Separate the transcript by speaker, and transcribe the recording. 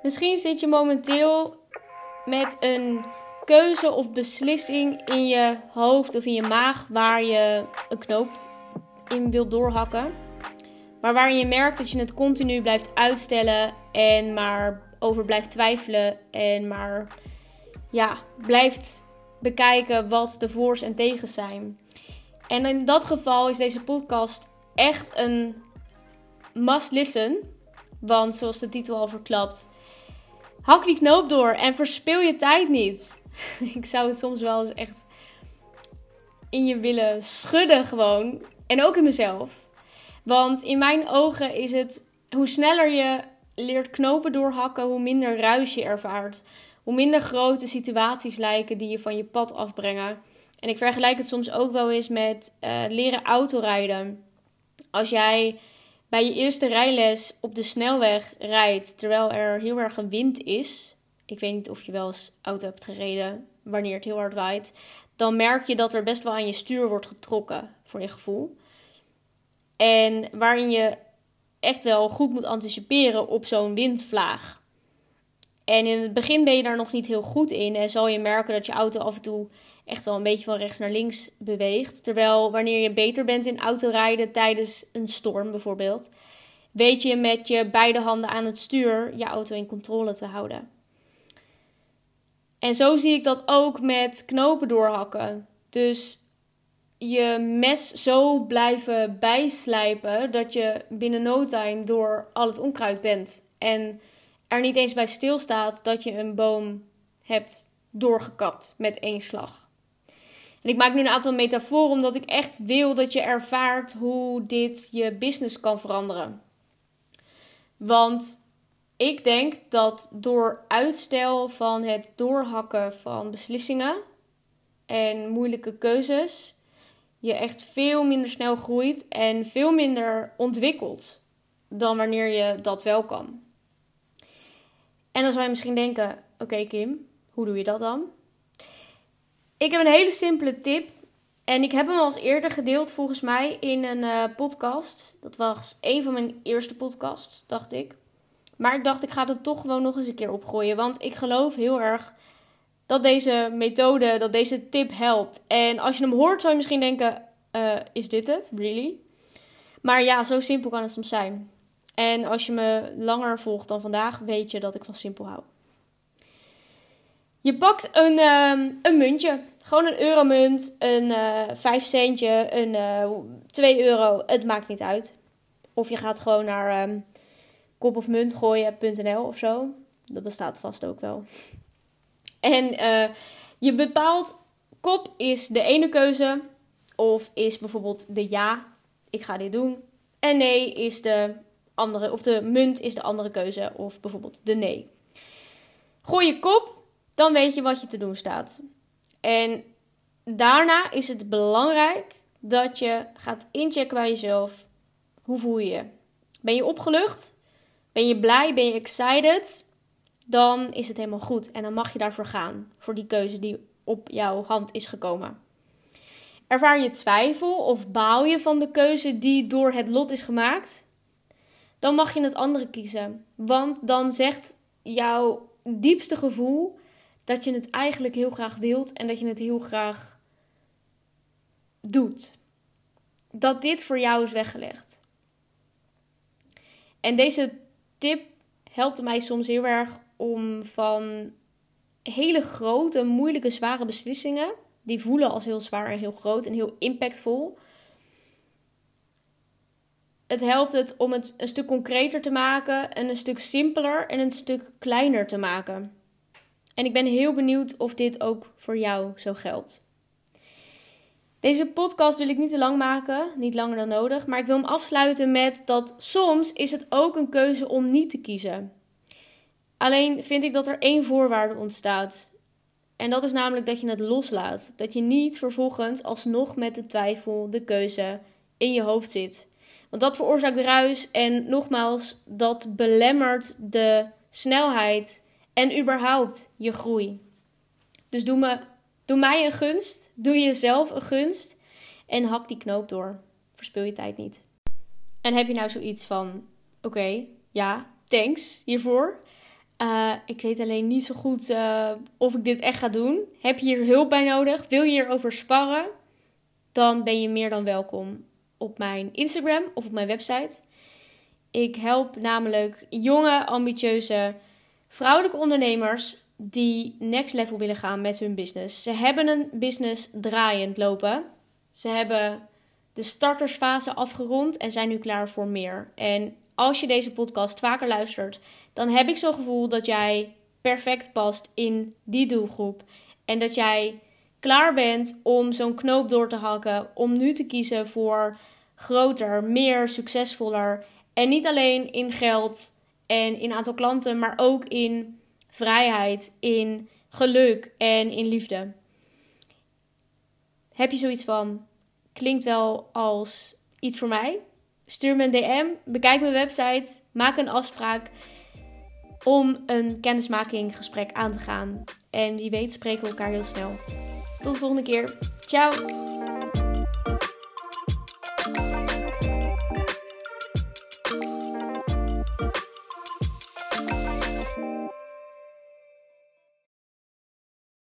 Speaker 1: Misschien zit je momenteel met een keuze of beslissing in je hoofd of in je maag waar je een knoop in wilt doorhakken. Maar waarin je merkt dat je het continu blijft uitstellen en maar over blijft twijfelen en maar blijft bekijken wat de voor's en tegens zijn. En in dat geval is deze podcast echt een must listen. Want zoals de titel al verklapt, hak die knoop door en verspil je tijd niet. Ik zou het soms wel eens echt in je willen schudden gewoon. En ook in mezelf. Want in mijn ogen is het, hoe sneller je leert knopen doorhakken, hoe minder ruis je ervaart. Hoe minder grote situaties lijken die je van je pad afbrengen. En ik vergelijk het soms ook wel eens met leren autorijden. Als jij bij je eerste rijles op de snelweg rijdt terwijl er heel erg een wind is. Ik weet niet of je wel eens auto hebt gereden wanneer het heel hard waait. Dan merk je dat er best wel aan je stuur wordt getrokken voor je gevoel. En waarin je echt wel goed moet anticiperen op zo'n windvlaag. En in het begin ben je daar nog niet heel goed in. En zal je merken dat je auto af en toe echt wel een beetje van rechts naar links beweegt. Terwijl wanneer je beter bent in autorijden tijdens een storm bijvoorbeeld, weet je met je beide handen aan het stuur je auto in controle te houden. En zo zie ik dat ook met knopen doorhakken. Dus je mes zo blijven bijslijpen dat je binnen no time door al het onkruid bent. En er niet eens bij stilstaat dat je een boom hebt doorgekapt met één slag. En ik maak nu een aantal metaforen omdat ik echt wil dat je ervaart hoe dit je business kan veranderen. Want ik denk dat door uitstel van het doorhakken van beslissingen en moeilijke keuzes je echt veel minder snel groeit en veel minder ontwikkelt dan wanneer je dat wel kan. En dan zou je misschien denken, oké Kim, hoe doe je dat dan? Ik heb een hele simpele tip en ik heb hem al eens eerder gedeeld volgens mij in een podcast. Dat was een van mijn eerste podcasts, dacht ik. Maar ik dacht, ik ga het toch gewoon nog eens een keer opgooien. Want ik geloof heel erg dat deze methode, dat deze tip helpt. En als je hem hoort, zou je misschien denken, is dit het? Really? Maar ja, zo simpel kan het soms zijn. En als je me langer volgt dan vandaag, weet je dat ik van simpel hou. Je pakt een muntje. Gewoon een euromunt, een 5 centje, een 2 euro. Het maakt niet uit. Of je gaat gewoon naar kopofmuntgooien.nl of zo. Dat bestaat vast ook wel. En je bepaalt, kop is de ene keuze. Of is bijvoorbeeld de ja, ik ga dit doen. En nee is de andere, of de munt is de andere keuze. Of bijvoorbeeld de nee. Gooi je kop, dan weet je wat je te doen staat. En daarna is het belangrijk dat je gaat inchecken bij jezelf. Hoe voel je je? Ben je opgelucht? Ben je blij? Ben je excited? Dan is het helemaal goed. En dan mag je daarvoor gaan. Voor die keuze die op jouw hand is gekomen. Ervaar je twijfel of baal je van de keuze die door het lot is gemaakt? Dan mag je het andere kiezen. Want dan zegt jouw diepste gevoel dat je het eigenlijk heel graag wilt en dat je het heel graag doet. Dat dit voor jou is weggelegd. En deze tip helpt mij soms heel erg om van hele grote, moeilijke, zware beslissingen, die voelen als heel zwaar en heel groot en heel impactvol. Het helpt het om het een stuk concreter te maken en een stuk simpeler en een stuk kleiner te maken. En ik ben heel benieuwd of dit ook voor jou zo geldt. Deze podcast wil ik niet te lang maken, niet langer dan nodig, maar ik wil hem afsluiten met dat soms is het ook een keuze om niet te kiezen. Alleen vind ik dat er één voorwaarde ontstaat. En dat is namelijk dat je het loslaat. Dat je niet vervolgens alsnog met de twijfel, de keuze in je hoofd zit. Want dat veroorzaakt ruis en nogmaals, dat belemmert de snelheid en überhaupt je groei. Dus doe mij een gunst, doe jezelf een gunst en hak die knoop door. Verspil je tijd niet. En heb je nou zoiets van, oké, ja, thanks hiervoor. Ik weet alleen niet zo goed of ik dit echt ga doen. Heb je hier hulp bij nodig? Wil je hierover sparren? Dan ben je meer dan welkom op mijn Instagram of op mijn website. Ik help namelijk jonge, ambitieuze, vrouwelijke ondernemers die next level willen gaan met hun business. Ze hebben een business draaiend lopen. Ze hebben de startersfase afgerond en zijn nu klaar voor meer. En als je deze podcast vaker luistert, dan heb ik zo'n gevoel dat jij perfect past in die doelgroep. En dat jij klaar bent om zo'n knoop door te hakken, om nu te kiezen voor groter, meer, succesvoller. En niet alleen in geld en in aantal klanten, maar ook in vrijheid, in geluk en in liefde. Heb je zoiets van, klinkt wel als iets voor mij? Stuur me een DM, bekijk mijn website, maak een afspraak om een kennismakinggesprek aan te gaan. En wie weet spreken we elkaar heel snel. Tot de volgende keer. Ciao!